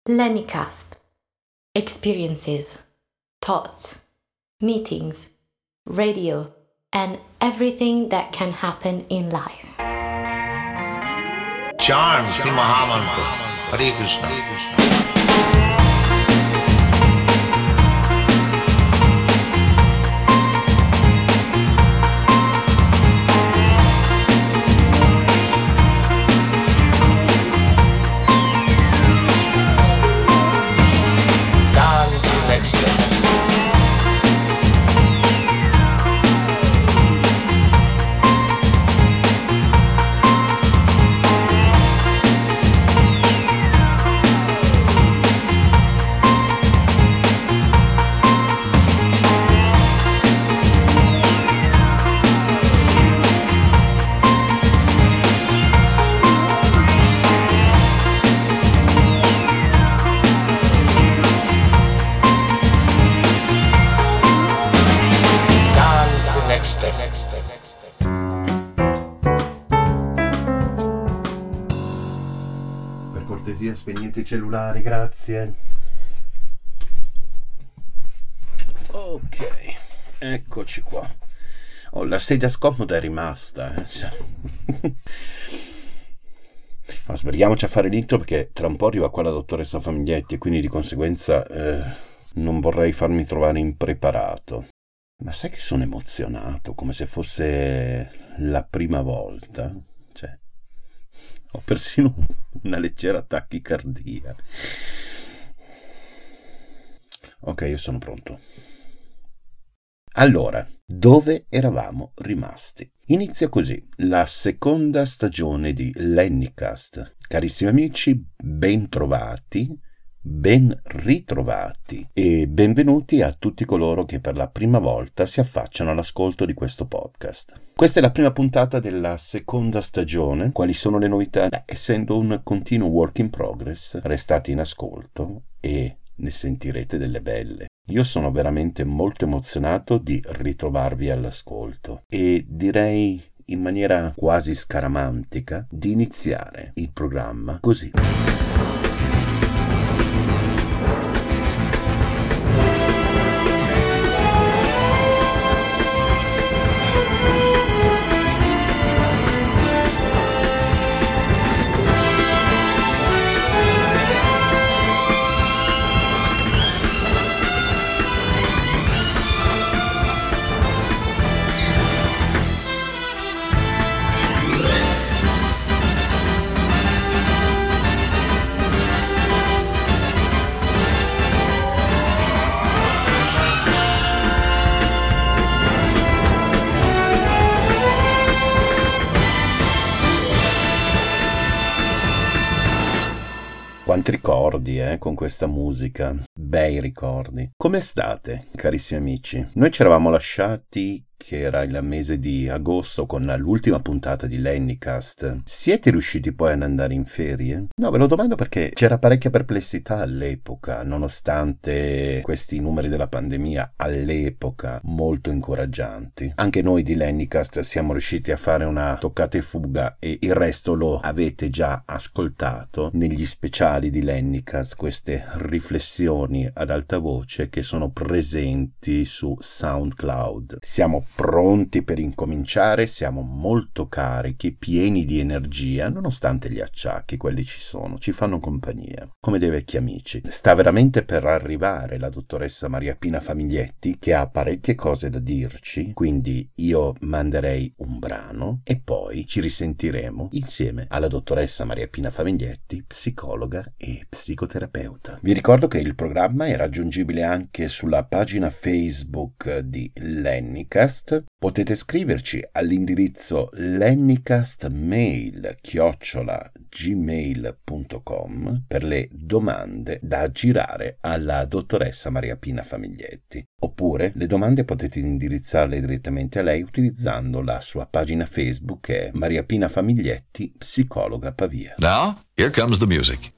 Lennycast. Experiences, thoughts, meetings, radio, and everything that can happen in life. Charms Shri Mahamantra. Hare Krishna. Spegnete i cellulari, grazie. Ok, eccoci qua. La sedia scomoda è rimasta. Ma sbrighiamoci a fare l'intro perché tra un po' arriva qua la dottoressa Famiglietti e quindi di conseguenza non vorrei farmi trovare impreparato. Ma sai che sono emozionato, come se fosse la prima volta? Cioè, ho persino una leggera tachicardia. Ok, io sono pronto. Allora, dove eravamo rimasti? Inizia così la seconda stagione di Lennycast. Carissimi amici, ben trovati, ben ritrovati e benvenuti a tutti coloro che per la prima volta si affacciano all'ascolto di questo podcast. Questa è la prima puntata della seconda stagione. Quali sono le novità? Essendo un continuo work in progress, restate in ascolto e ne sentirete delle belle. Io sono veramente molto emozionato di ritrovarvi all'ascolto e direi in maniera quasi scaramantica di iniziare il programma così. Quanti ricordi, con questa musica. Bei ricordi. Come state, carissimi amici? Noi ci eravamo lasciati che era il mese di agosto con l'ultima puntata di Lennycast. Siete riusciti poi ad andare in ferie? No, ve lo domando perché c'era parecchia perplessità all'epoca, nonostante questi numeri della pandemia all'epoca molto incoraggianti. Anche noi di Lennycast siamo riusciti a fare una toccata e fuga e il resto lo avete già ascoltato negli speciali di Lennycast, queste riflessioni ad alta voce che sono presenti su SoundCloud. Siamo pronti per incominciare, siamo molto carichi, pieni di energia, nonostante gli acciacchi, quelli ci sono, ci fanno compagnia, come dei vecchi amici. Sta veramente per arrivare la dottoressa Maria Pina Famiglietti, che ha parecchie cose da dirci, quindi io manderei un brano e poi ci risentiremo insieme alla dottoressa Maria Pina Famiglietti, psicologa e psicoterapeuta. Vi ricordo che il programma è raggiungibile anche sulla pagina Facebook di Lennycast. Potete scriverci all'indirizzo lennycastmail@gmail.com per le domande da girare alla dottoressa Maria Pina Famiglietti. Oppure le domande potete indirizzarle direttamente a lei utilizzando la sua pagina Facebook che è Maria Pina Famiglietti, psicologa Pavia. Now, here comes the music.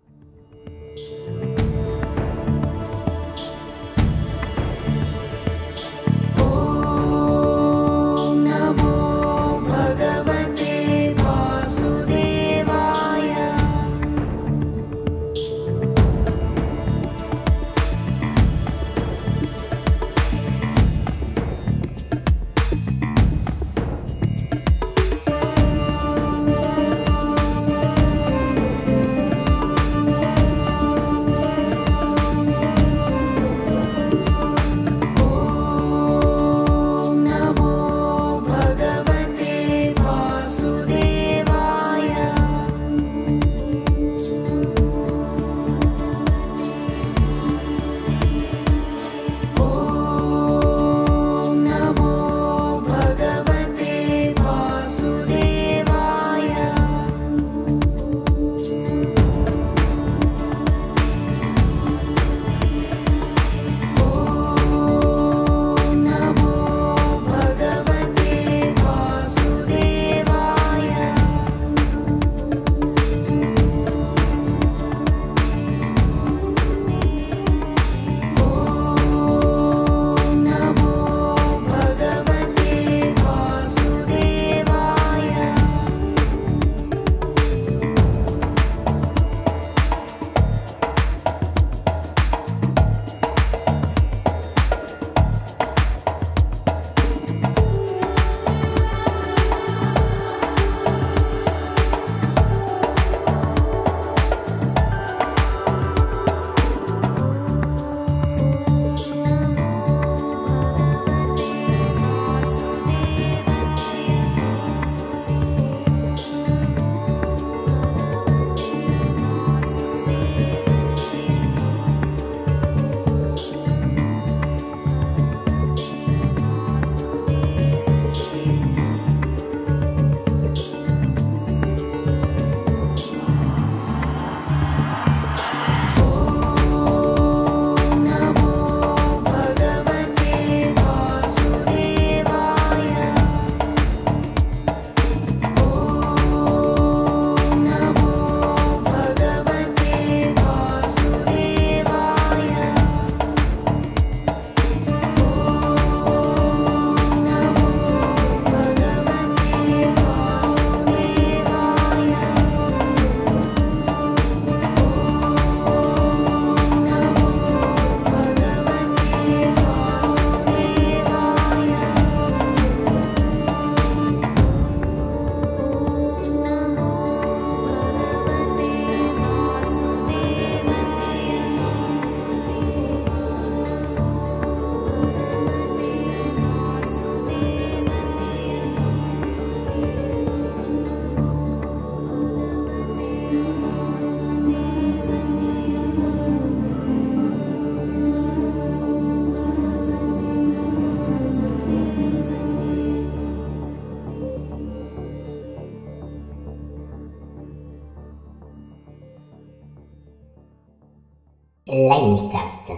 Lennycast.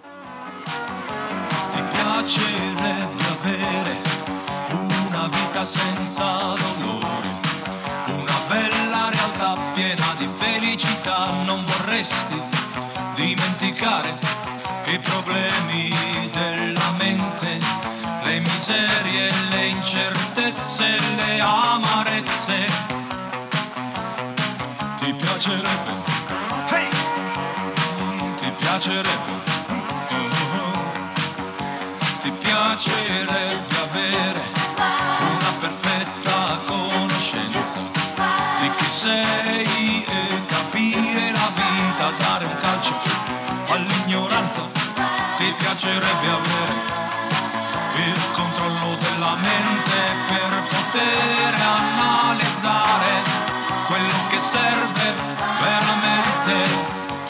Ti piacerebbe avere una vita senza dolore, una bella realtà piena di felicità, non vorresti dimenticare i problemi della mente, le miserie, le incertezze, le amarezze. Ti piacerebbe, hey! Ti piacerebbe, ti piacerebbe avere una perfetta conoscenza di chi sei e capire la vita, dare un calcio all'ignoranza. Ti piacerebbe avere il controllo della mente per poter analizzare quello che serve veramente.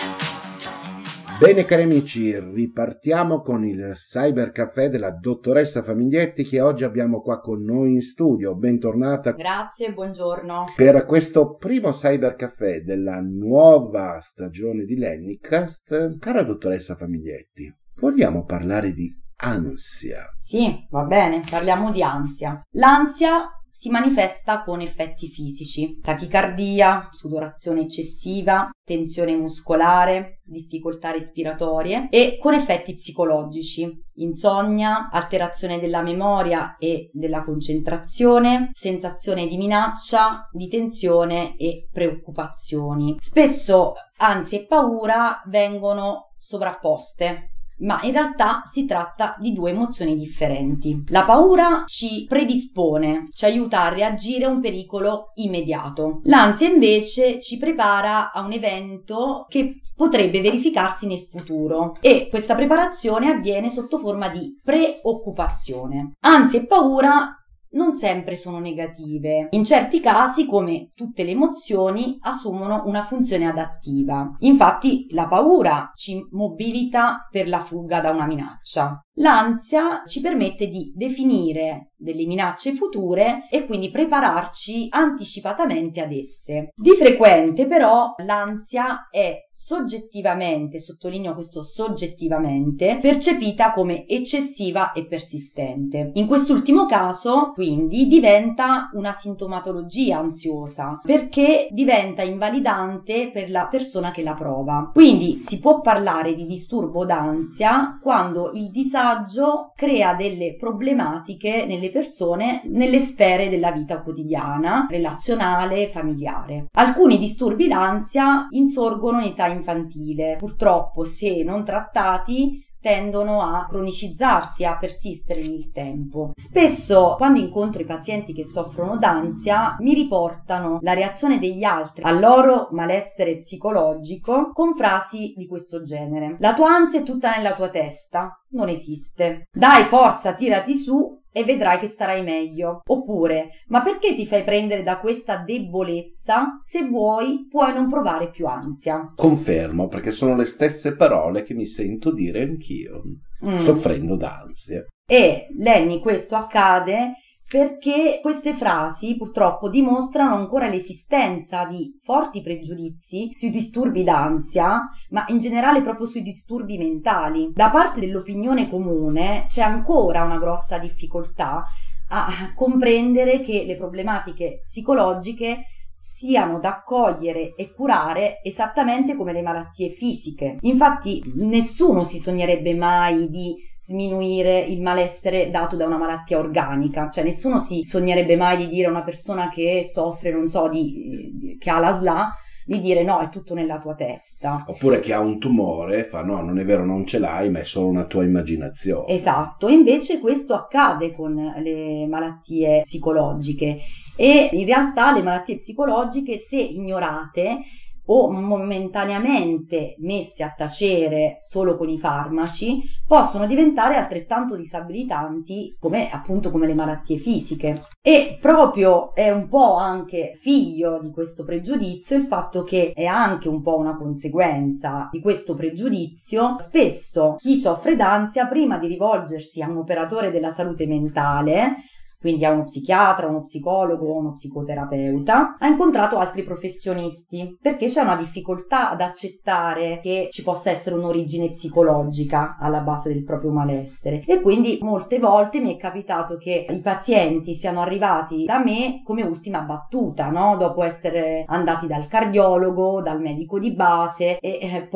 Bene cari amici, ripartiamo con il Cybercaffè della dottoressa Famiglietti che oggi abbiamo qua con noi in studio. Bentornata. Grazie, buongiorno. Per questo primo Cybercaffè della nuova stagione di Lennycast, cara dottoressa Famiglietti, vogliamo parlare di ansia? Sì, va bene, parliamo di ansia. L'ansia si manifesta con effetti fisici: tachicardia, sudorazione eccessiva, tensione muscolare, difficoltà respiratorie, e con effetti psicologici: insonnia, alterazione della memoria e della concentrazione, sensazione di minaccia, di tensione e preoccupazioni. Spesso ansia e paura vengono sovrapposte, ma in realtà si tratta di due emozioni differenti. La paura ci predispone, ci aiuta a reagire a un pericolo immediato. L'ansia invece ci prepara a un evento che potrebbe verificarsi nel futuro, e questa preparazione avviene sotto forma di preoccupazione. Ansia e paura non sempre sono negative. In certi casi, come tutte le emozioni, assumono una funzione adattiva. Infatti, la paura ci mobilita per la fuga da una minaccia. L'ansia ci permette di definire delle minacce future e quindi prepararci anticipatamente ad esse. Di frequente però l'ansia è soggettivamente, sottolineo questo soggettivamente, percepita come eccessiva e persistente. In quest'ultimo caso quindi diventa una sintomatologia ansiosa, perché diventa invalidante per la persona che la prova. Quindi si può parlare di disturbo d'ansia quando il disagio crea delle problematiche nelle persone nelle sfere della vita quotidiana, relazionale, familiare. Alcuni disturbi d'ansia insorgono in età infantile. Purtroppo, se non trattati, tendono a cronicizzarsi, a persistere nel tempo. Spesso, quando incontro i pazienti che soffrono d'ansia, mi riportano la reazione degli altri al loro malessere psicologico con frasi di questo genere: la tua ansia è tutta nella tua testa, non esiste. Dai, forza, tirati su e vedrai che starai meglio. Oppure: ma perché ti fai prendere da questa debolezza? Se vuoi, puoi non provare più ansia. Confermo, perché sono le stesse parole che mi sento dire anch'io, soffrendo d'ansia. E Lenny, questo accade perché queste frasi purtroppo dimostrano ancora l'esistenza di forti pregiudizi sui disturbi d'ansia, ma in generale proprio sui disturbi mentali. Da parte dell'opinione comune c'è ancora una grossa difficoltà a comprendere che le problematiche psicologiche siano da accogliere e curare esattamente come le malattie fisiche. Infatti nessuno si sognerebbe mai di sminuire il malessere dato da una malattia organica, cioè nessuno si sognerebbe mai di dire a una persona che soffre, non so, che ha la SLA, di dire no, è tutto nella tua testa. Oppure che ha un tumore, fa no, non è vero, non ce l'hai, ma è solo una tua immaginazione. Esatto, invece questo accade con le malattie psicologiche, e in realtà le malattie psicologiche, se ignorate o momentaneamente messe a tacere solo con i farmaci, possono diventare altrettanto disabilitanti come le malattie fisiche. E proprio è un po' anche figlio di questo pregiudizio il fatto che è anche un po' una conseguenza di questo pregiudizio. Spesso chi soffre d'ansia, prima di rivolgersi a un operatore della salute mentale, quindi a uno psichiatra, uno psicologo, uno psicoterapeuta, ha incontrato altri professionisti perché c'è una difficoltà ad accettare che ci possa essere un'origine psicologica alla base del proprio malessere, e quindi molte volte mi è capitato che i pazienti siano arrivati da me come ultima battuta, no? Dopo essere andati dal cardiologo, dal medico di base e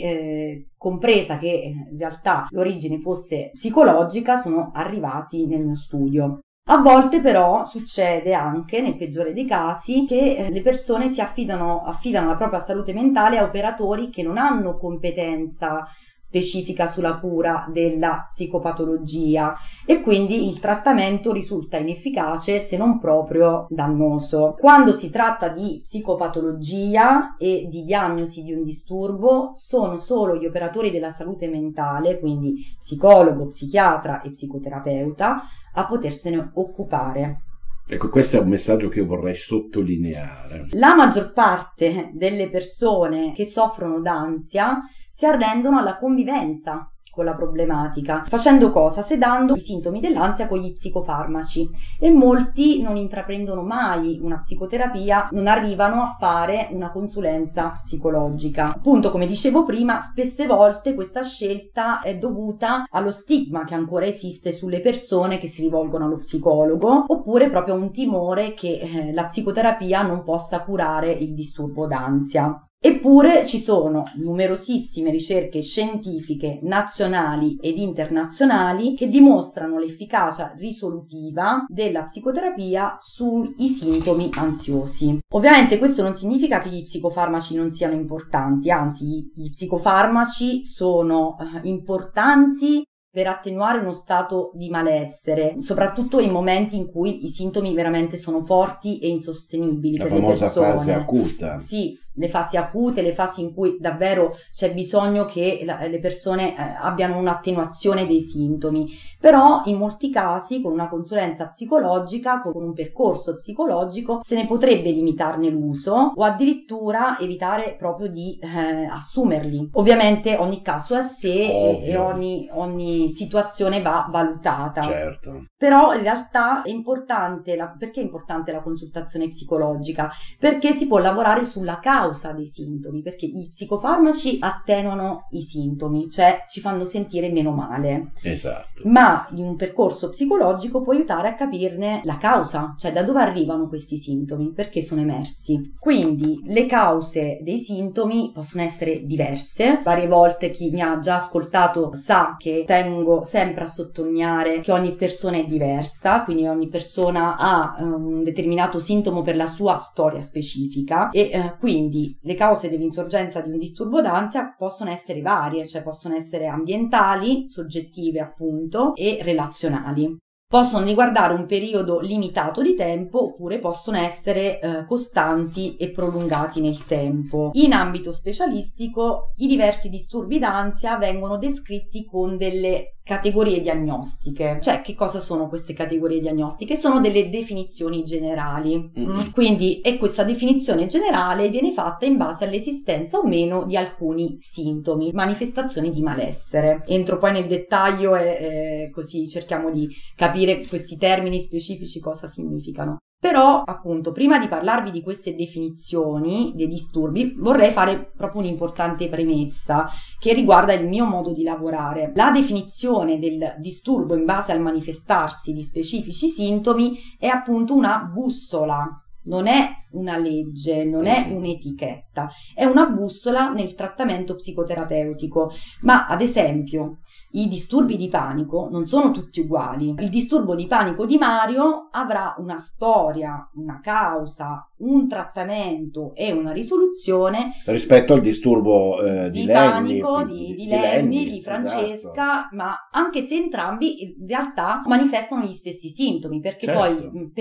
poi compresa che in realtà l'origine fosse psicologica, sono arrivati nel mio studio. A volte però succede anche, nel peggiore dei casi, che le persone affidano la propria salute mentale a operatori che non hanno competenza specifica sulla cura della psicopatologia, e quindi il trattamento risulta inefficace, se non proprio dannoso. Quando si tratta di psicopatologia e di diagnosi di un disturbo, sono solo gli operatori della salute mentale, quindi psicologo, psichiatra e psicoterapeuta, a potersene occupare. Ecco, questo è un messaggio che io vorrei sottolineare. La maggior parte delle persone che soffrono d'ansia si arrendono alla convivenza con la problematica. Facendo cosa? Sedando i sintomi dell'ansia con gli psicofarmaci, e molti non intraprendono mai una psicoterapia, non arrivano a fare una consulenza psicologica. Appunto, come dicevo prima, spesse volte questa scelta è dovuta allo stigma che ancora esiste sulle persone che si rivolgono allo psicologo, oppure proprio a un timore che la psicoterapia non possa curare il disturbo d'ansia. Eppure ci sono numerosissime ricerche scientifiche nazionali ed internazionali che dimostrano l'efficacia risolutiva della psicoterapia sui sintomi ansiosi. Ovviamente questo non significa che gli psicofarmaci non siano importanti, anzi gli psicofarmaci sono importanti per attenuare uno stato di malessere, soprattutto in momenti in cui i sintomi veramente sono forti e insostenibili la per le persone. famosa fase acuta. Sì, le fasi acute, le fasi in cui davvero c'è bisogno che le persone abbiano un'attenuazione dei sintomi. Però in molti casi con una consulenza psicologica, con un percorso psicologico, se ne potrebbe limitarne l'uso o addirittura evitare proprio di assumerli. Ovviamente ogni caso è a sé e ogni situazione va valutata. Certo. Però in realtà è importante, perché è importante la consultazione psicologica? Perché si può lavorare sulla causa dei sintomi, perché i psicofarmaci attenuano i sintomi, cioè ci fanno sentire meno male. Esatto. Ma in un percorso psicologico può aiutare a capirne la causa, cioè da dove arrivano questi sintomi, perché sono emersi. Quindi le cause dei sintomi possono essere diverse. Varie volte chi mi ha già ascoltato sa che tengo sempre a sottolineare che ogni persona è diversa, quindi ogni persona ha un determinato sintomo per la sua storia specifica, e quindi le cause dell'insorgenza di un disturbo d'ansia possono essere varie, cioè possono essere ambientali, soggettive appunto, e relazionali. Possono riguardare un periodo limitato di tempo oppure possono essere costanti e prolungati nel tempo. In ambito specialistico i diversi disturbi d'ansia vengono descritti con delle categorie diagnostiche. Cioè, che cosa sono queste categorie diagnostiche? Sono delle definizioni generali. Quindi, e questa definizione generale viene fatta in base all'esistenza o meno di alcuni sintomi, manifestazioni di malessere. Entro poi nel dettaglio e così cerchiamo di capire questi termini specifici cosa significano. Però, appunto, prima di parlarvi di queste definizioni dei disturbi, vorrei fare proprio un'importante premessa che riguarda il mio modo di lavorare. La definizione del disturbo in base al manifestarsi di specifici sintomi è appunto una bussola. Non è una legge, non è un'etichetta, è una bussola nel trattamento psicoterapeutico. Ma ad esempio i disturbi di panico non sono tutti uguali. Il disturbo di panico di Mario avrà una storia, una causa, un trattamento e una risoluzione rispetto al disturbo di panico Lenny, di Lenny, di esatto. Francesca, ma anche se entrambi in realtà manifestano gli stessi sintomi, perché Certo. poi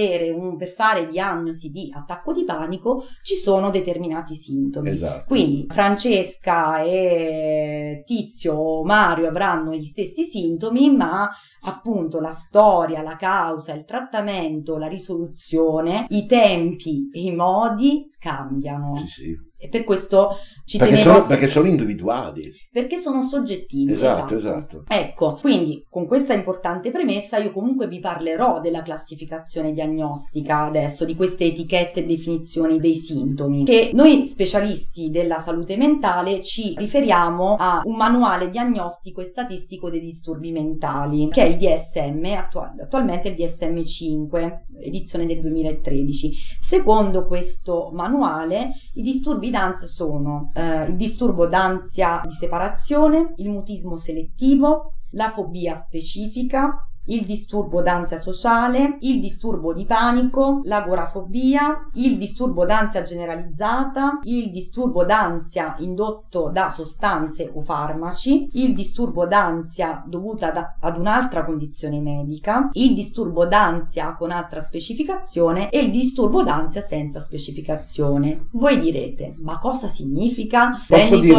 per fare diagnosi di attacco di panico ci sono determinati sintomi. Esatto. Quindi Francesca e Tizio o Mario avranno gli stessi sintomi, ma appunto la storia, la causa, il trattamento, la risoluzione, i tempi e i modi cambiano. Sì. E per questo ci Perché tenevo perché sono individuali. perché sono soggettivi. Esatto. Ecco, quindi con questa importante premessa io comunque vi parlerò della classificazione diagnostica adesso, di queste etichette e definizioni dei sintomi, che noi specialisti della salute mentale ci riferiamo a un manuale diagnostico e statistico dei disturbi mentali, che è il DSM, attualmente il DSM-5, edizione del 2013. Secondo questo manuale, i disturbi d'ansia sono il disturbo d'ansia di separazione, il mutismo selettivo, la fobia specifica, il disturbo d'ansia sociale, il disturbo di panico, l'agorafobia, il disturbo d'ansia generalizzata, il disturbo d'ansia indotto da sostanze o farmaci, il disturbo d'ansia dovuta ad un'altra condizione medica, il disturbo d'ansia con altra specificazione e il disturbo d'ansia senza specificazione. Voi direte, ma cosa significa? Lei mi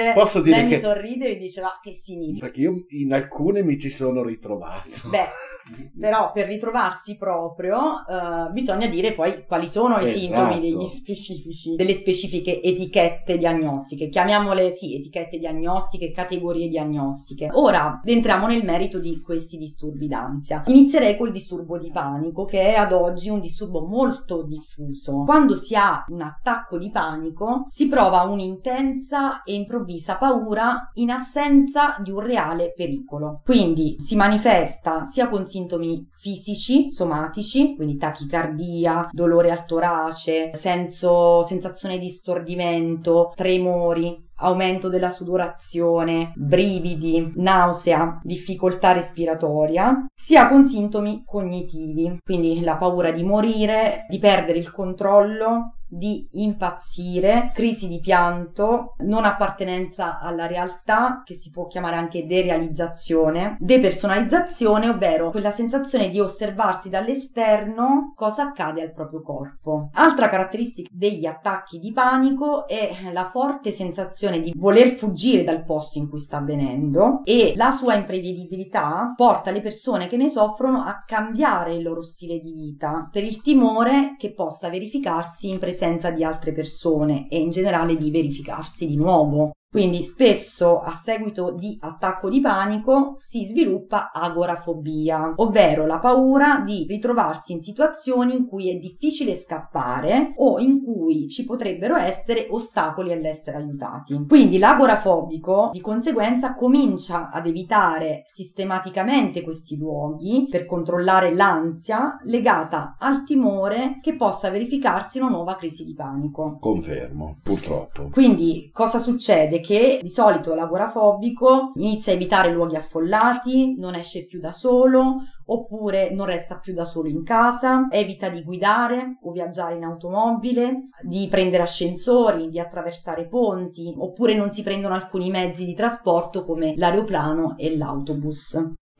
sorride e dice, ma che significa? Perché io in alcune mi ci sono ritrovato. Beh, però per ritrovarsi proprio bisogna dire poi quali sono i sintomi degli specifici, delle specifiche etichette diagnostiche, chiamiamole etichette diagnostiche, categorie diagnostiche. Ora entriamo nel merito di questi disturbi d'ansia. Inizierei col disturbo di panico, che è ad oggi un disturbo molto diffuso. Quando si ha un attacco di panico si prova un'intensa e improvvisa paura in assenza di un reale pericolo, quindi si manifesta sia con sintomi fisici, somatici, quindi tachicardia, dolore al torace, sensazione di stordimento, tremori, aumento della sudorazione, brividi, nausea, difficoltà respiratoria, sia con sintomi cognitivi, quindi la paura di morire, di perdere il controllo, di impazzire, crisi di pianto, non appartenenza alla realtà, che si può chiamare anche derealizzazione, depersonalizzazione, ovvero quella sensazione di osservarsi dall'esterno cosa accade al proprio corpo. Altra caratteristica degli attacchi di panico è la forte sensazione di voler fuggire dal posto in cui sta avvenendo, e la sua imprevedibilità porta le persone che ne soffrono a cambiare il loro stile di vita per il timore che possa verificarsi in presenza di altre persone e in generale di verificarsi di nuovo. Quindi spesso a seguito di attacco di panico si sviluppa agorafobia, ovvero la paura di ritrovarsi in situazioni in cui è difficile scappare o in cui ci potrebbero essere ostacoli all'essere aiutati. Quindi l'agorafobico di conseguenza comincia ad evitare sistematicamente questi luoghi per controllare l'ansia legata al timore che possa verificarsi una nuova crisi di panico. Confermo, purtroppo. Quindi cosa succede? Che di solito l'agorafobico inizia a evitare luoghi affollati, non esce più da solo, oppure non resta più da solo in casa, evita di guidare o viaggiare in automobile, di prendere ascensori, di attraversare ponti, oppure non si prendono alcuni mezzi di trasporto come l'aeroplano e l'autobus.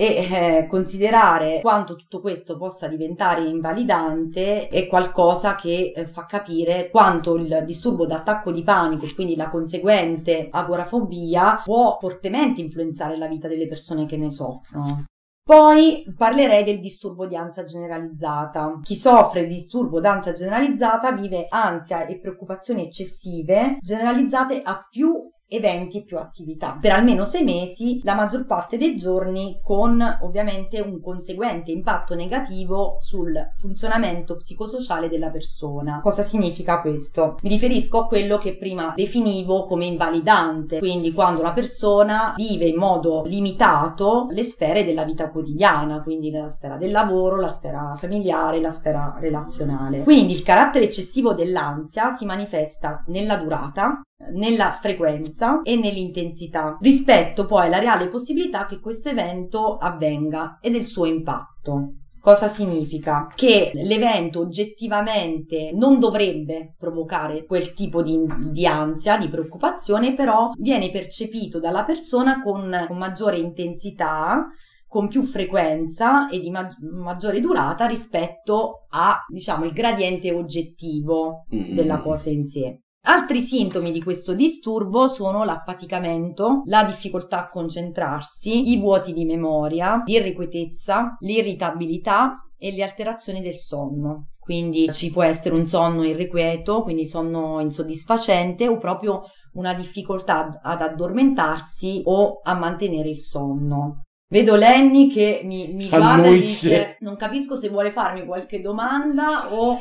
E considerare quanto tutto questo possa diventare invalidante è qualcosa che fa capire quanto il disturbo d'attacco di panico, quindi la conseguente agorafobia, può fortemente influenzare la vita delle persone che ne soffrono. Poi parlerei del disturbo di ansia generalizzata. Chi soffre di disturbo d'ansia generalizzata vive ansia e preoccupazioni eccessive generalizzate a più eventi e più attività per almeno 6 mesi, la maggior parte dei giorni, con ovviamente un conseguente impatto negativo sul funzionamento psicosociale della persona. Cosa significa questo? Mi riferisco a quello che prima definivo come invalidante, quindi quando una persona vive in modo limitato le sfere della vita quotidiana, quindi la sfera del lavoro, la sfera familiare, la sfera relazionale. Quindi il carattere eccessivo dell'ansia si manifesta nella durata, nella frequenza e nell'intensità, rispetto poi alla reale possibilità che questo evento avvenga e del suo impatto. Cosa significa? Che l'evento oggettivamente non dovrebbe provocare quel tipo di ansia, di preoccupazione, però viene percepito dalla persona con maggiore intensità, con più frequenza e di maggiore durata rispetto a, diciamo, il gradiente oggettivo della cosa in sé. Altri sintomi di questo disturbo sono l'affaticamento, la difficoltà a concentrarsi, i vuoti di memoria, l'irrequietezza, l'irritabilità e le alterazioni del sonno. Quindi ci può essere un sonno irrequieto, quindi sonno insoddisfacente, o proprio una difficoltà ad addormentarsi o a mantenere il sonno. Vedo Lenny che mi guarda e dice: non capisco se vuole farmi qualche domanda o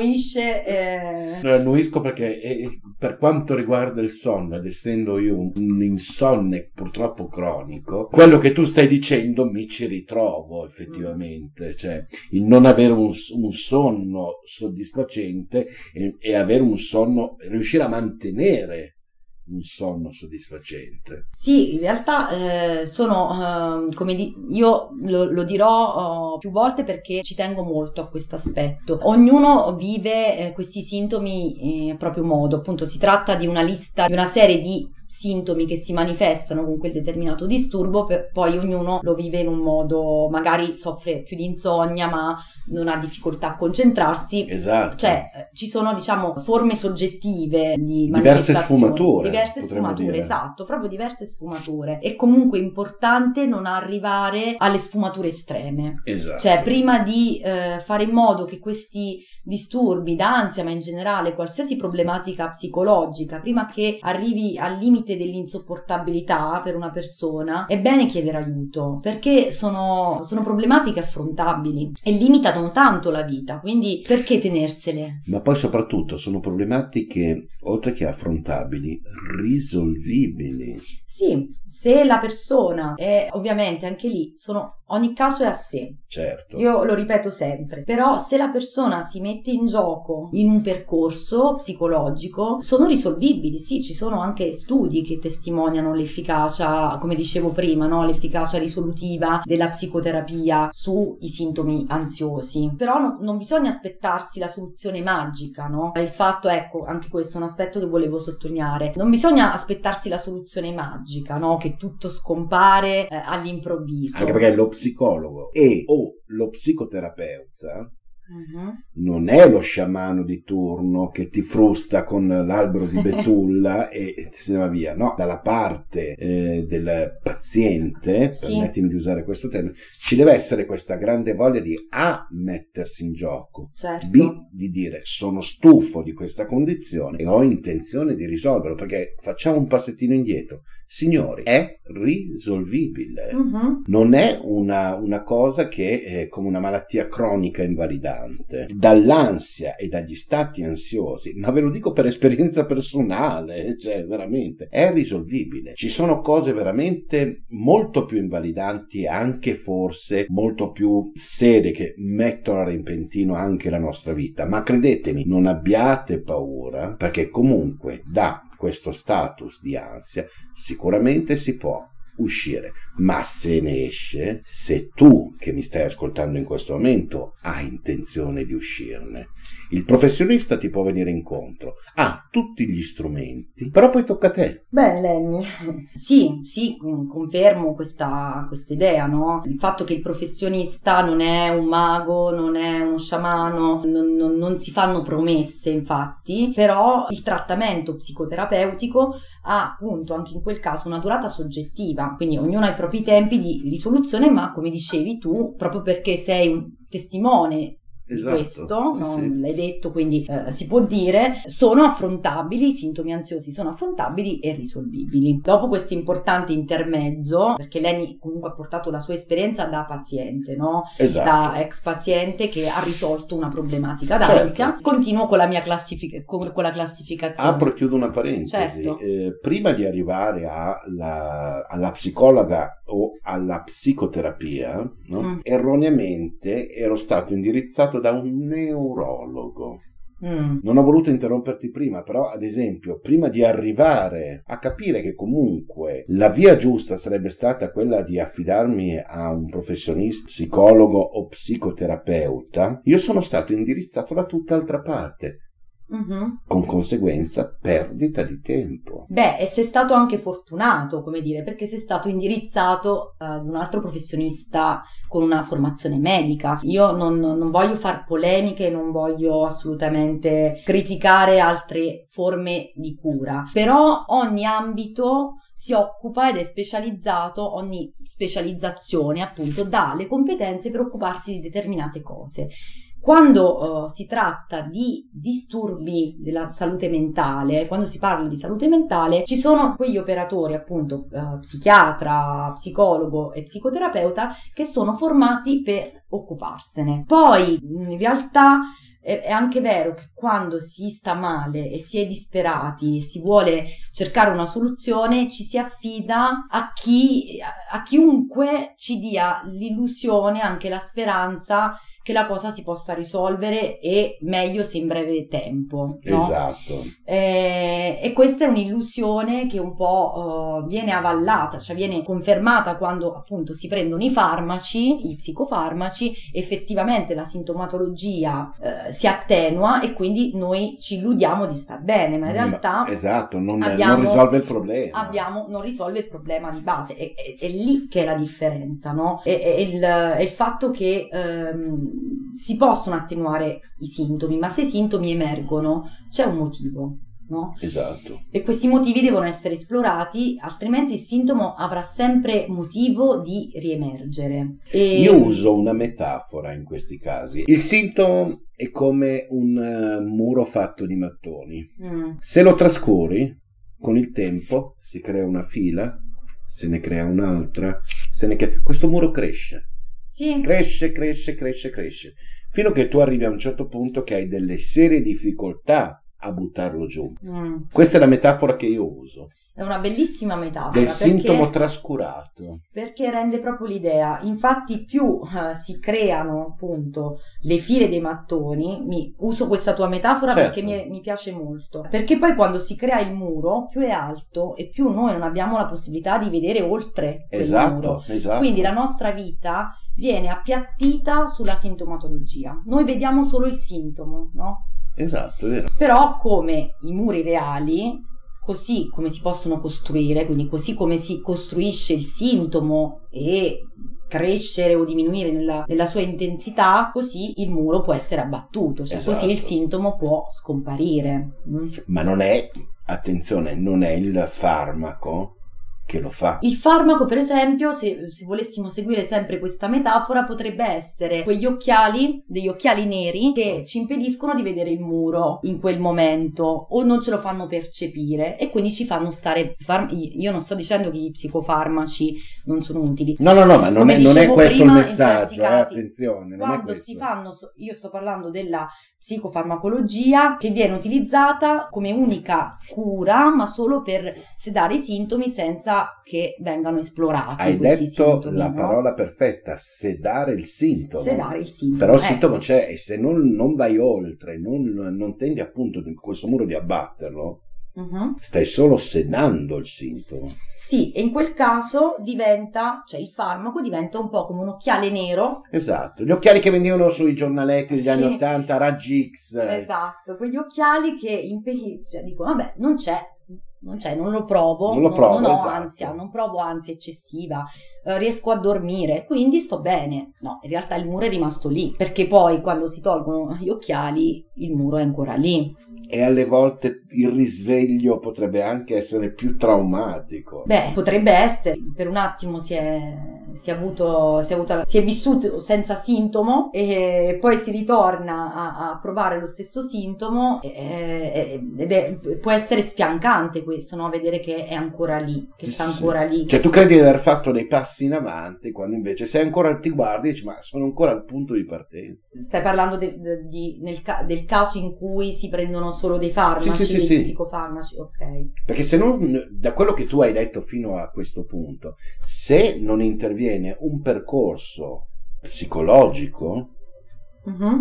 annuisce. No, annuisco perché per quanto riguarda il sonno, ed essendo io un insonne purtroppo cronico, quello che tu stai dicendo mi ci ritrovo effettivamente, cioè il non avere un sonno soddisfacente e avere un sonno, riuscire a mantenere un sonno soddisfacente. Sì, in realtà sono, io lo dirò più volte perché ci tengo molto a questo aspetto. Ognuno vive questi sintomi a proprio modo, appunto si tratta di una lista, di una serie di sintomi che si manifestano con quel determinato disturbo, poi ognuno lo vive in un modo, magari soffre più di insonnia ma non ha difficoltà a concentrarsi. Esatto. Cioè ci sono, diciamo, forme soggettive di diverse sfumature, dire. Esatto, proprio diverse sfumature. È comunque importante non arrivare alle sfumature estreme. Esatto. Cioè prima di fare in modo che questi disturbi d'ansia, ma in generale qualsiasi problematica psicologica, prima che arrivi al limite dell'insopportabilità per una persona, è bene chiedere aiuto, perché sono problematiche affrontabili e limitano tanto la vita, quindi perché tenersele? Ma poi soprattutto sono problematiche, oltre che affrontabili, risolvibili. Sì, se la persona è, ovviamente anche lì ogni caso è a sé. Certo. Io lo ripeto sempre, però se la persona si mette in gioco in un percorso psicologico, sono risolvibili. Sì, ci sono anche studi che testimoniano l'efficacia, come dicevo prima, no? L'efficacia risolutiva della psicoterapia sui sintomi ansiosi. Però non bisogna aspettarsi la soluzione magica, no? Il fatto, ecco, anche questo è un aspetto che volevo sottolineare. Non bisogna aspettarsi la soluzione magica, no? Che tutto scompare all'improvviso. Anche perché lo psicologo o lo psicoterapeuta non è lo sciamano di turno che ti frusta con l'albero di betulla e se ne va via, no, dalla parte del paziente, sì, permettimi di usare questo termine, ci deve essere questa grande voglia di A, mettersi in gioco, certo, B, di dire sono stufo di questa condizione e ho intenzione di risolverlo, perché facciamo un passettino indietro. Signori, è risolvibile, non è una cosa che è come una malattia cronica invalidante. Dall'ansia e dagli stati ansiosi, ma ve lo dico per esperienza personale, cioè veramente, è risolvibile. Ci sono cose veramente molto più invalidanti e anche forse molto più serie che mettono a repentino anche la nostra vita, ma credetemi, non abbiate paura, perché comunque da questo status di ansia sicuramente si può uscire, ma se ne esce, se tu che mi stai ascoltando in questo momento hai intenzione di uscirne, il professionista ti può venire incontro, ha tutti gli strumenti, però poi tocca a te. Bene, Lenny, sì, confermo questa idea, no? Il fatto che il professionista non è un mago, non è uno sciamano, non si fanno promesse, infatti, però il trattamento psicoterapeutico ha appunto anche in quel caso una durata soggettiva, quindi ognuno ha i propri tempi di risoluzione, ma come dicevi tu, proprio perché sei un testimone, esatto, questo, sì, no? sì. L'hai detto, quindi si può dire, sono affrontabili, i sintomi ansiosi sono affrontabili e risolvibili. Dopo questo importante intermezzo, perché Lenny comunque ha portato la sua esperienza da paziente, no? Esatto. Da ex paziente che ha risolto una problematica d'ansia, certo. Continuo con la mia con la classificazione. Apro e chiudo una parentesi. Certo. Prima di arrivare alla psicologa o alla psicoterapia, no? Erroneamente ero stato indirizzato da un neurologo. Non ho voluto interromperti prima, però ad esempio prima di arrivare a capire che comunque la via giusta sarebbe stata quella di affidarmi a un professionista, psicologo o psicoterapeuta, io sono stato indirizzato da tutt'altra parte. con conseguenza perdita di tempo. Beh, e sei stato anche fortunato, come dire, perché sei stato indirizzato ad un altro professionista con una formazione medica. Io non voglio far polemiche, non voglio assolutamente criticare altre forme di cura, però ogni ambito si occupa ed è specializzato, ogni specializzazione appunto dà le competenze per occuparsi di determinate cose. Quando si tratta di disturbi della salute mentale, quando si parla di salute mentale, ci sono quegli operatori, appunto, psichiatra, psicologo e psicoterapeuta, che sono formati per occuparsene. Poi, in realtà, è anche vero che quando si sta male e si è disperati e si vuole cercare una soluzione, ci si affida a chiunque ci dia l'illusione, anche la speranza che la cosa si possa risolvere e meglio se in breve tempo, no? Esatto. E questa è un'illusione che un po' viene avallata, cioè viene confermata quando appunto si prendono i farmaci, i psicofarmaci, effettivamente la sintomatologia si attenua e quindi noi ci illudiamo di star bene, ma in realtà esatto, non risolve il problema. Non risolve il problema di base, è lì che è la differenza, no? È il fatto che si possono attenuare i sintomi, ma se i sintomi emergono c'è un motivo, no? Esatto. E questi motivi devono essere esplorati, altrimenti il sintomo avrà sempre motivo di riemergere. Io uso una metafora in questi casi. Il sintomo è come un muro fatto di mattoni. Se lo trascuri, con il tempo si crea una fila, se ne crea un'altra, questo muro cresce. Sì. Cresce, fino a che tu arrivi a un certo punto che hai delle serie difficoltà a buttarlo giù. Questa è la metafora che io uso. È una bellissima metafora. Del sintomo trascurato. Perché rende proprio l'idea. Infatti più si creano appunto le file dei mattoni, uso questa tua metafora certo, perché mi piace molto. Perché poi quando si crea il muro, più è alto e più noi non abbiamo la possibilità di vedere oltre quel muro. Esatto. Quindi la nostra vita viene appiattita sulla sintomatologia. Noi vediamo solo il sintomo, no? Esatto, è vero. Però come i muri reali, così come si possono costruire, quindi così come si costruisce il sintomo e crescere o diminuire nella sua intensità, così il muro può essere abbattuto, cioè esatto, così il sintomo può scomparire. Ma non è, attenzione, non è il farmaco che lo fa. Il farmaco, per esempio, se volessimo seguire sempre questa metafora, potrebbe essere degli occhiali neri che ci impediscono di vedere il muro in quel momento o non ce lo fanno percepire e quindi ci fanno stare. Io non sto dicendo che gli psicofarmaci non sono utili. No, ma non è questo prima, il messaggio, casi, attenzione, non è questo. Io sto parlando della psicofarmacologia che viene utilizzata come unica cura, ma solo per sedare i sintomi senza che vengano esplorati. Hai questi detto sintomi, la no? parola perfetta, sedare il sintomo. Sedare il sintomo. Però il sintomo c'è e se non vai oltre, non tendi appunto in questo muro di abbatterlo, stai solo sedando il sintomo. Sì, e in quel caso il farmaco diventa un po' come un occhiale nero. Esatto, gli occhiali che vendevano sui giornaletti degli anni 80, raggi X. Esatto, quegli occhiali che impediscono, dicono vabbè, non lo provo, non ho esatto, ansia, non provo ansia eccessiva, riesco a dormire, quindi sto bene. No, in realtà il muro è rimasto lì, perché poi quando si tolgono gli occhiali il muro è ancora lì. E alle volte il risveglio potrebbe anche essere più traumatico. Beh, potrebbe essere, per un attimo si è vissuto senza sintomo e poi si ritorna a provare lo stesso sintomo può essere sfiancante questo, no? Vedere che è ancora lì, che sta ancora lì. Cioè tu credi di aver fatto dei passi in avanti quando invece se ancora ti guardi e dici ma sono ancora al punto di partenza. Stai parlando del caso in cui si prendono solo dei farmaci, sì. psicofarmaci, ok. Perché se non, da quello che tu hai detto fino a questo punto, se non interviene un percorso psicologico,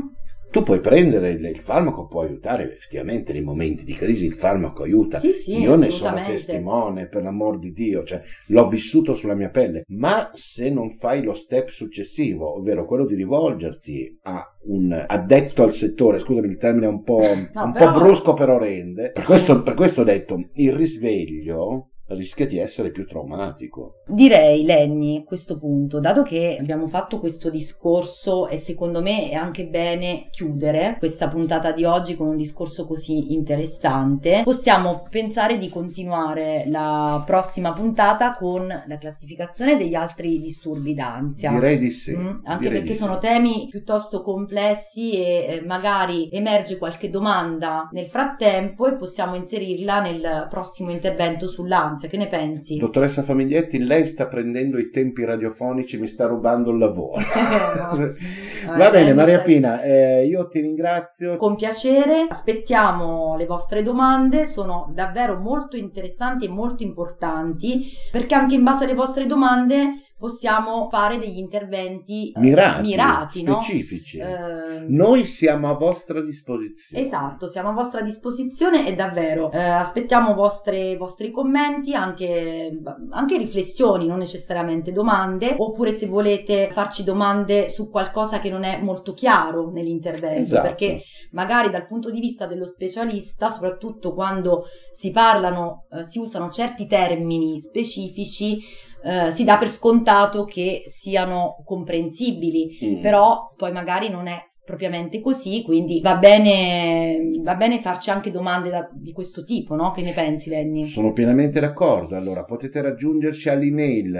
Tu puoi prendere il farmaco, può aiutare effettivamente nei momenti di crisi, il farmaco aiuta. Sì, io ne sono assolutamente. testimone, per l'amor di Dio, cioè l'ho vissuto sulla mia pelle, ma se non fai lo step successivo, ovvero quello di rivolgerti a un addetto al settore, scusami il termine è un po' brusco, però rende, per questo ho detto, il risveglio rischia di essere più traumatico. Direi, Lenny, a questo punto, dato che abbiamo fatto questo discorso e secondo me è anche bene chiudere questa puntata di oggi con un discorso così interessante, possiamo pensare di continuare la prossima puntata con la classificazione degli altri disturbi d'ansia. Direi di sì. Anche perché sono temi piuttosto complessi e magari emerge qualche domanda nel frattempo e possiamo inserirla nel prossimo intervento sull'ansia. Che ne pensi? Dottoressa Famiglietti, lei sta prendendo i tempi radiofonici, mi sta rubando il lavoro. Va bene, Maria Pina, io ti ringrazio. Con piacere, aspettiamo le vostre domande, sono davvero molto interessanti e molto importanti, perché anche in base alle vostre domande possiamo fare degli interventi mirati, specifici. No? Noi siamo a vostra disposizione. Esatto, siamo a vostra disposizione e davvero aspettiamo vostri commenti, anche riflessioni, non necessariamente domande, oppure se volete farci domande su qualcosa che non è molto chiaro nell'intervento, esatto. Perché magari dal punto di vista dello specialista, soprattutto quando si parlano, si usano certi termini specifici, si dà per scontato che siano comprensibili, però poi magari non è propriamente così, quindi va bene farci anche domande di questo tipo, no? Che ne pensi, Lenny? Sono pienamente d'accordo. Allora potete raggiungerci all'email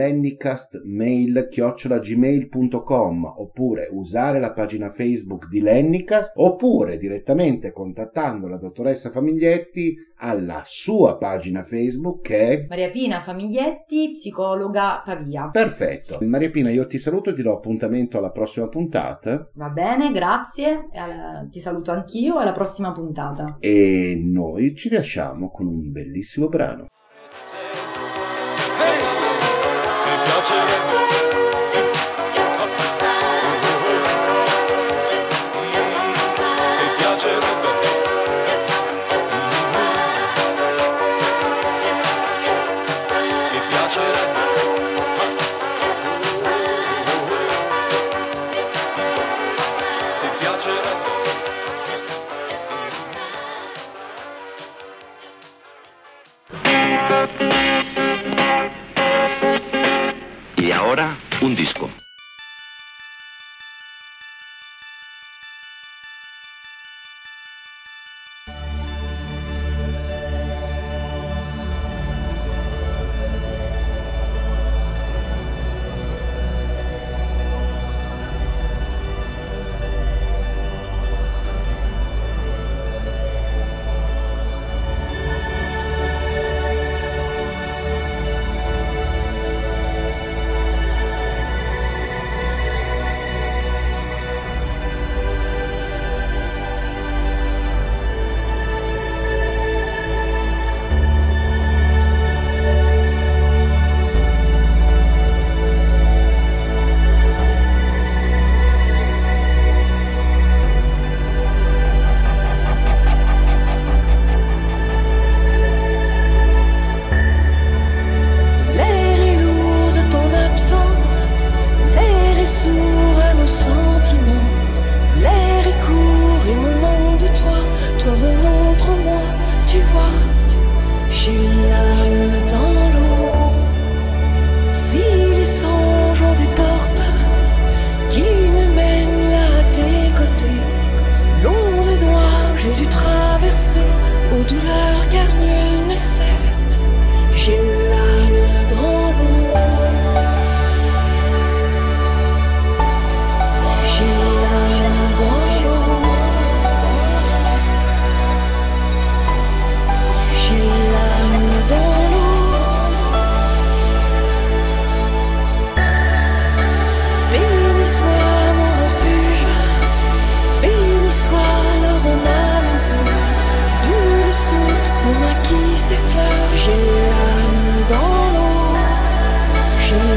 lennycastmail@gmail.com, oppure usare la pagina Facebook di Lennycast, oppure direttamente contattando la dottoressa Famiglietti alla sua pagina Facebook che è Maria Pina Famiglietti, psicologa Pavia. Perfetto. Maria Pina, io ti saluto e ti do appuntamento alla prossima puntata. Va bene, grazie, ti saluto anch'io, alla prossima puntata. E noi ci lasciamo con un bellissimo brano. Ti piacerebbe? Ti piacerebbe? Ti piacerebbe? Ti piacerebbe? Y ahora, un disco.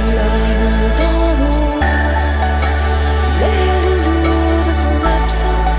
L'air est lourd de ton absence.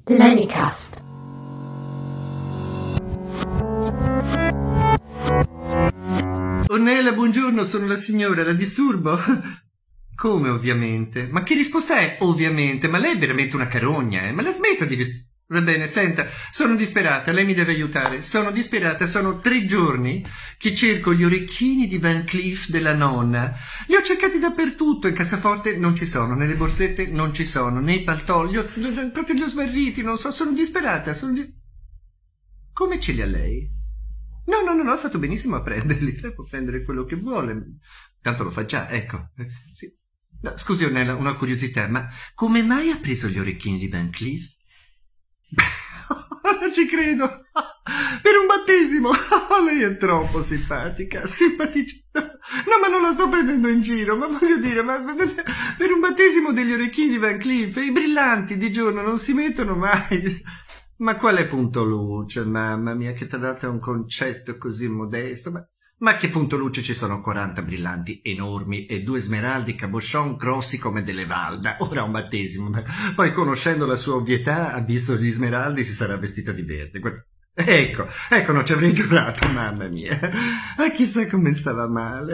Lennycast. Ornella, buongiorno, sono la signora, la disturbo? Come ovviamente? Ma che risposta è ovviamente? Ma lei è veramente una carogna, eh? Ma la smetta di... Va bene, senta, sono disperata, lei mi deve aiutare. Sono disperata, sono 3 giorni che cerco gli orecchini di Van Cleef della nonna. Li ho cercati dappertutto, in cassaforte non ci sono, nelle borsette non ci sono, nei paltò, proprio li ho smarriti, non so, sono disperata, Come ce li ha lei? No, ha fatto benissimo a prenderli, lei può prendere quello che vuole, tanto lo fa già, ecco. Sì. No, scusi Ornella, una curiosità, ma come mai ha preso gli orecchini di Van Cleef? Non ci credo, per un battesimo. Lei è troppo simpatica, simpaticissima. No, ma non la sto prendendo in giro, ma voglio dire, ma per un battesimo degli orecchini di Van Cleef, i brillanti di giorno non si mettono mai. Ma quale punto luce, mamma mia, che ti ha dato un concetto così modesto. Ma che punto luce, ci sono 40 brillanti enormi e 2 smeraldi cabochon grossi come delle valda. Ora un battesimo, poi conoscendo la sua ovvietà ha visto gli smeraldi, si sarà vestita di verde. Ecco, non ci avrei giurato, mamma mia. Ma chissà come stava male.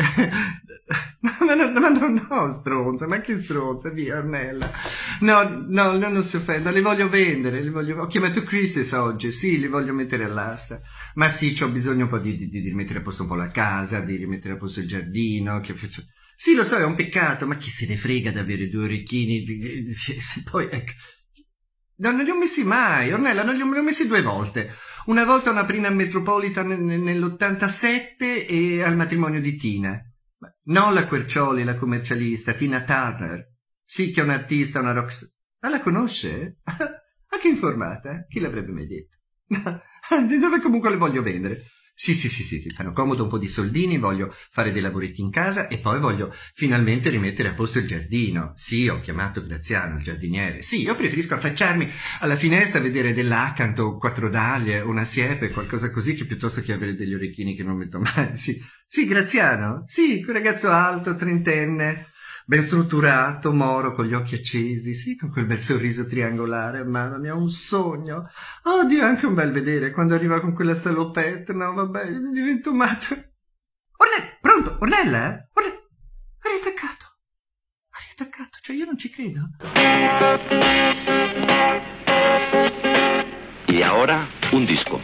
No, stronza, ma che stronza, via Ornella. No, non si offenda, le voglio vendere, ho chiamato Christmas oggi, sì, li voglio mettere all'asta. Ma sì, c'ho bisogno un po' di rimettere a posto un po' la casa, di rimettere a posto il giardino. Sì, lo so, è un peccato, ma chi se ne frega di avere 2 orecchini? Poi, ecco. No, non li ho messi mai, Ornella, non li ho messi 2 volte. Una volta a una prima Metropolitan nell'87 e al matrimonio di Tina. Non la Quercioli, la commercialista, Tina Turner. Sì, che è un'artista, una rock... Ah, la conosce? Ah, che informata? Chi l'avrebbe mai detto? Di dove comunque le voglio vendere? Sì, fanno comodo un po' di soldini, voglio fare dei lavoretti in casa e poi voglio finalmente rimettere a posto il giardino. Sì, ho chiamato Graziano, il giardiniere. Sì, io preferisco affacciarmi alla finestra a vedere dell'acanto, 4 dahlie, una siepe, qualcosa così, che piuttosto che avere degli orecchini che non metto mai. Sì, Graziano? Sì, quel ragazzo alto, 30enne, ben strutturato, moro, con gli occhi accesi, sì, con quel bel sorriso triangolare, mamma mia, un sogno. Oddio, anche un bel vedere quando arriva con quella salopette, no, vabbè, divento matto. Ornella, pronto, Ornella, eh? Ha riattaccato, cioè io non ci credo. Y ahora un disco.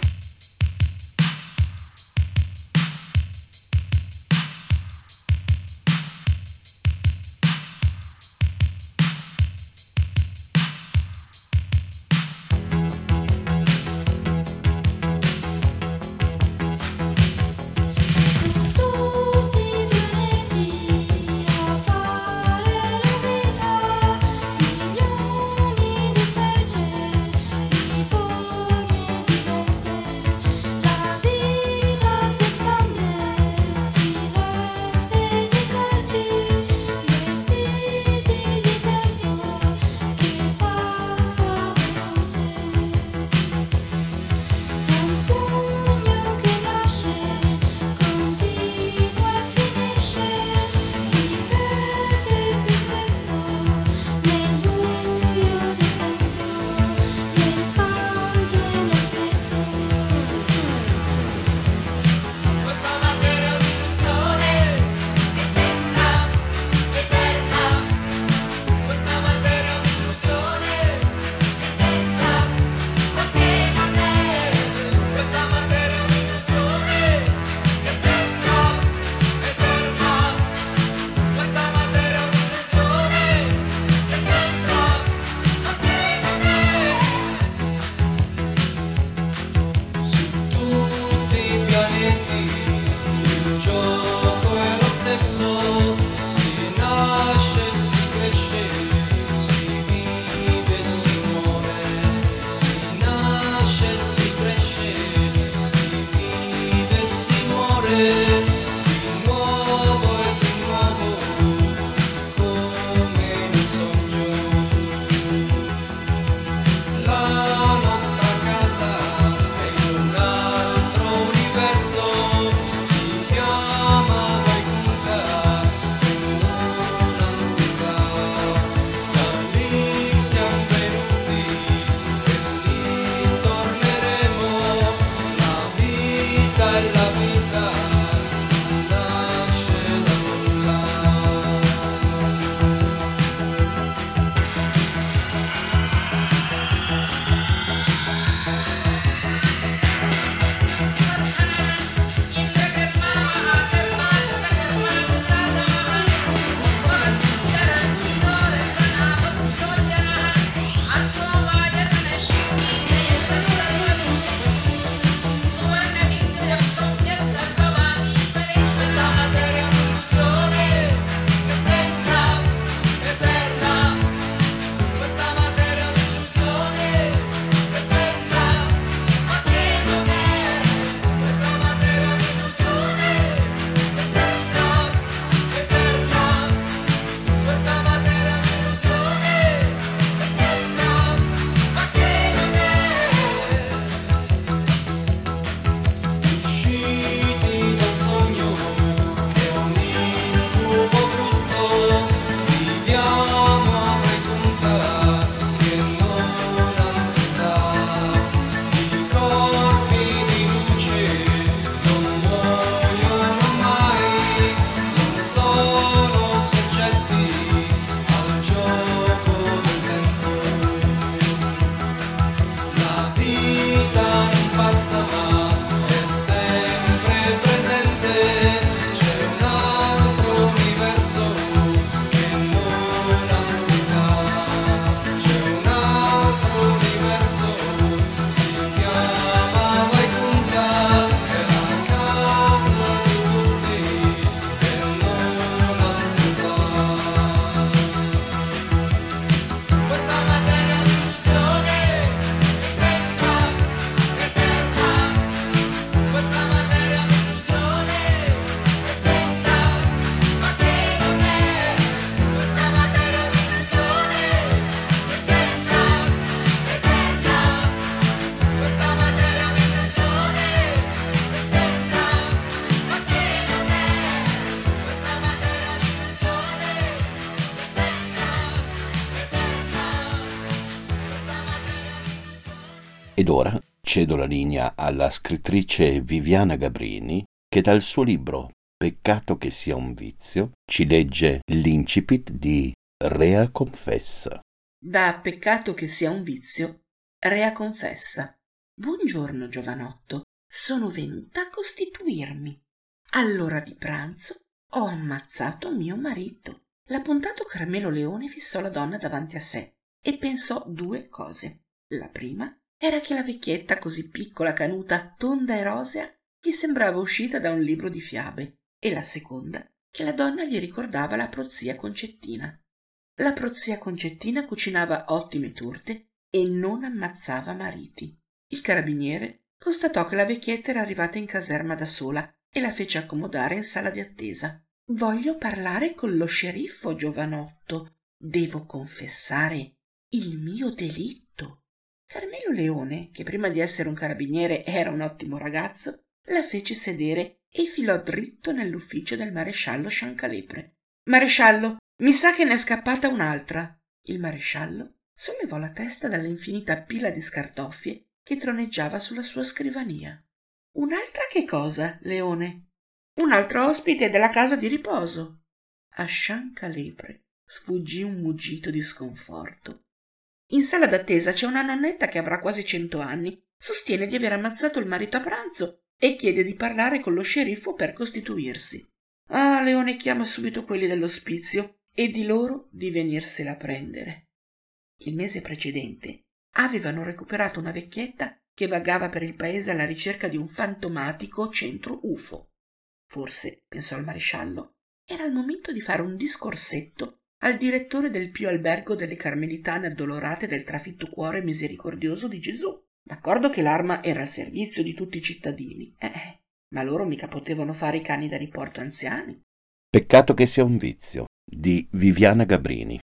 Ed ora cedo la linea alla scrittrice Viviana Gabrini, che dal suo libro Peccato che sia un vizio ci legge l'incipit di Rea confessa. Da Peccato che sia un vizio, Rea confessa. Buongiorno, giovanotto, sono venuta a costituirmi. All'ora di pranzo ho ammazzato mio marito. L'appuntato Carmelo Leone fissò la donna davanti a sé e pensò due cose. La prima era che la vecchietta, così piccola, canuta, tonda e rosea, gli sembrava uscita da un libro di fiabe, e la seconda che la donna gli ricordava la prozia Concettina. La prozia Concettina cucinava ottime torte e non ammazzava mariti. Il carabiniere constatò che la vecchietta era arrivata in caserma da sola e la fece accomodare in sala di attesa. «Voglio parlare con lo sceriffo, giovanotto. Devo confessare il mio delitto». Carmelo Leone, che prima di essere un carabiniere era un ottimo ragazzo, la fece sedere e filò dritto nell'ufficio del maresciallo Sciancalepre. «Maresciallo, mi sa che ne è scappata un'altra». Il maresciallo sollevò la testa dall'infinita pila di scartoffie che troneggiava sulla sua scrivania. «Un'altra che cosa, Leone?» «Un altro ospite della casa di riposo». A Sciancalepre sfuggì un muggito di sconforto. «In sala d'attesa c'è una nonnetta che avrà quasi 100 anni, sostiene di aver ammazzato il marito a pranzo e chiede di parlare con lo sceriffo per costituirsi. Ah, Leone chiama subito quelli dell'ospizio e di loro di venirsela a prendere». Il mese precedente avevano recuperato una vecchietta che vagava per il paese alla ricerca di un fantomatico centro UFO. Forse, pensò il maresciallo, era il momento di fare un discorsetto al direttore del Pio Albergo delle Carmelitane Addolorate del Trafitto Cuore Misericordioso di Gesù. D'accordo che l'arma era al servizio di tutti i cittadini, ma loro mica potevano fare i cani da riporto anziani. Peccato che sia un vizio, di Viviana Gabrini.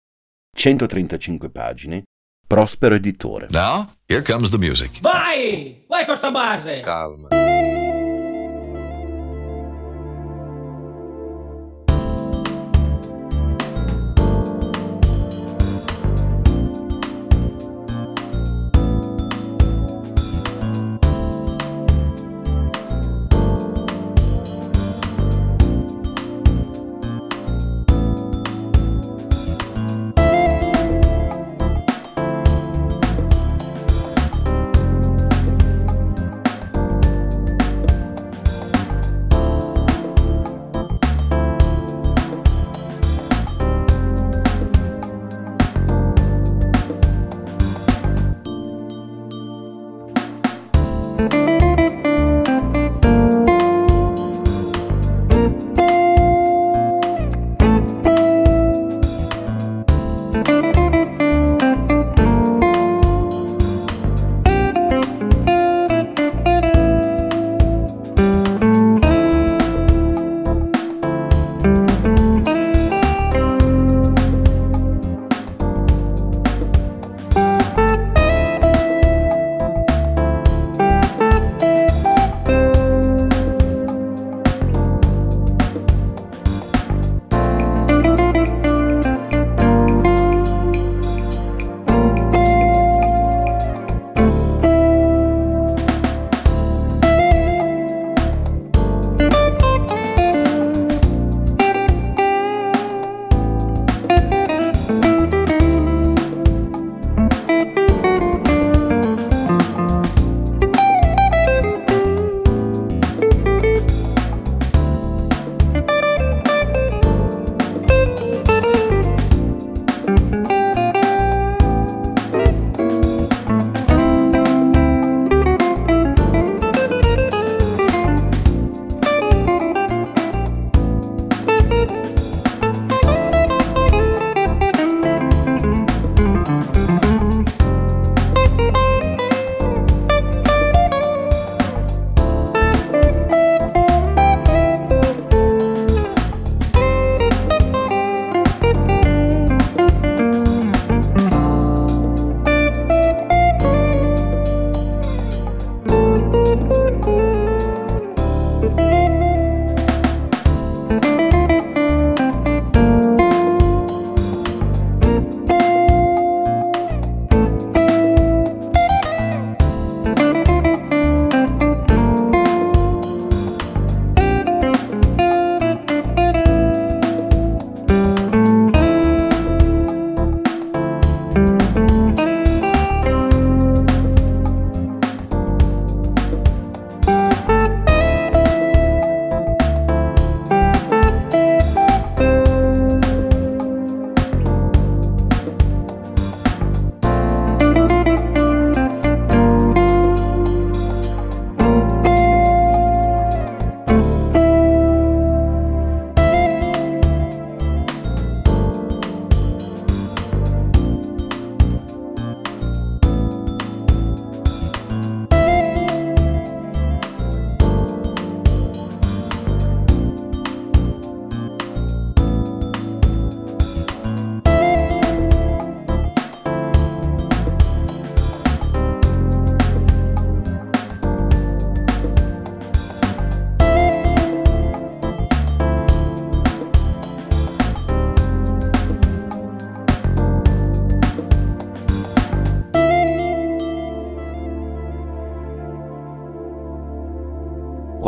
135 pagine, Prospero Editore. Now, here comes the music. Vai! Vai con sta base! Calma.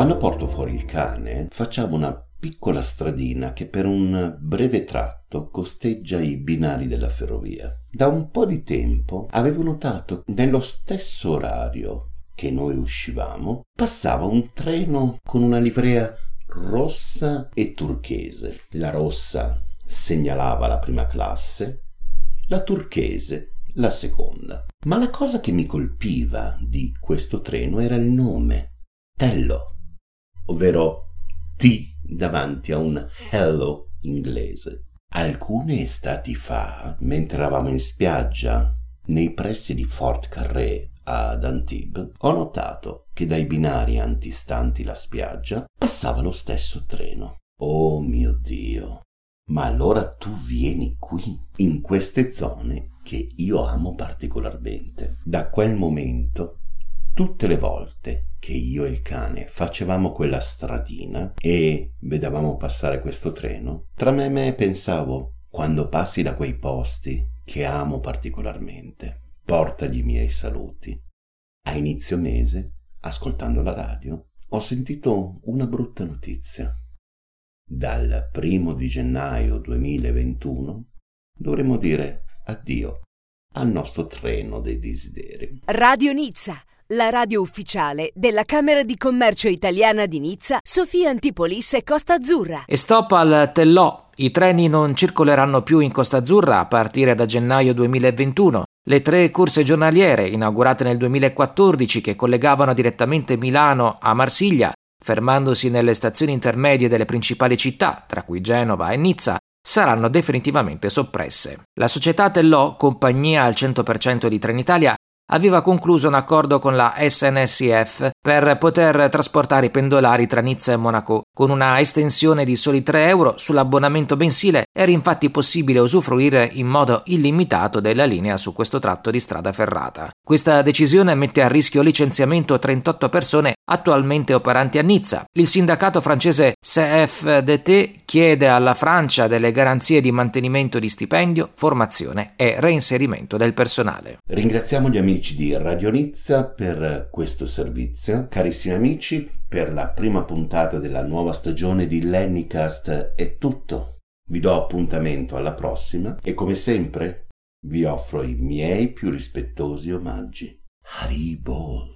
Quando porto fuori il cane, facciamo una piccola stradina che per un breve tratto costeggia i binari della ferrovia. Da un po' di tempo avevo notato che nello stesso orario che noi uscivamo passava un treno con una livrea rossa e turchese. La rossa segnalava la prima classe, la turchese la seconda. Ma la cosa che mi colpiva di questo treno era il nome, Tello, ovvero T davanti a un hello inglese. Alcune estati fa, mentre eravamo in spiaggia nei pressi di Fort Carré ad Antibes, ho notato che dai binari antistanti la spiaggia passava lo stesso treno. Oh mio Dio! Ma allora tu vieni qui, in queste zone che io amo particolarmente. Da quel momento, tutte le volte che io e il cane facevamo quella stradina e vedevamo passare questo treno, tra me e me pensavo, quando passi da quei posti che amo particolarmente, portagli i miei saluti. A inizio mese, ascoltando la radio, ho sentito una brutta notizia. Dal 1 di gennaio 2021 dovremo dire addio al nostro treno dei desideri. Radio Nizza, la radio ufficiale della Camera di Commercio Italiana di Nizza, Sofia Antipolis e Costa Azzurra. E stop al Tellò. I treni non circoleranno più in Costa Azzurra a partire da gennaio 2021. Le 3 corse giornaliere, inaugurate nel 2014, che collegavano direttamente Milano a Marsiglia, fermandosi nelle stazioni intermedie delle principali città, tra cui Genova e Nizza, saranno definitivamente soppresse. La società Tellò, compagnia al 100% di Trenitalia, aveva concluso un accordo con la SNCF per poter trasportare i pendolari tra Nizza e Monaco. Con una estensione di soli 3 euro sull'abbonamento mensile era infatti possibile usufruire in modo illimitato della linea su questo tratto di strada ferrata. Questa decisione mette a rischio licenziamento 38 persone attualmente operanti a Nizza. Il sindacato francese CFDT chiede alla Francia delle garanzie di mantenimento di stipendio, formazione e reinserimento del personale. Ringraziamo gli amici di Radio Nizza per questo servizio. Carissimi amici, per la prima puntata della nuova stagione di Lennycast è tutto. Vi do appuntamento alla prossima e come sempre vi offro i miei più rispettosi omaggi. Haribol.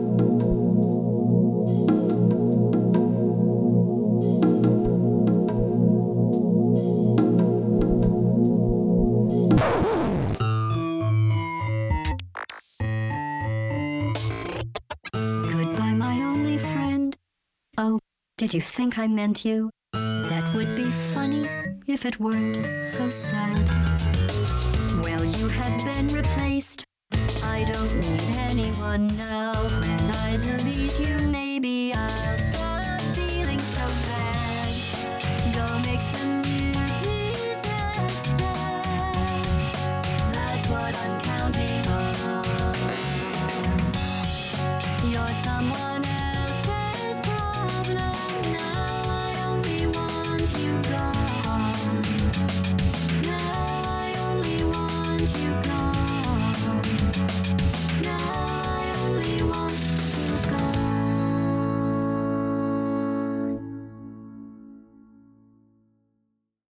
Goodbye, my only friend. Oh, did you think I meant you? That would be funny if it weren't so sad. Well, you have been replaced. I don't need anyone now. When I delete you, maybe I'll stop.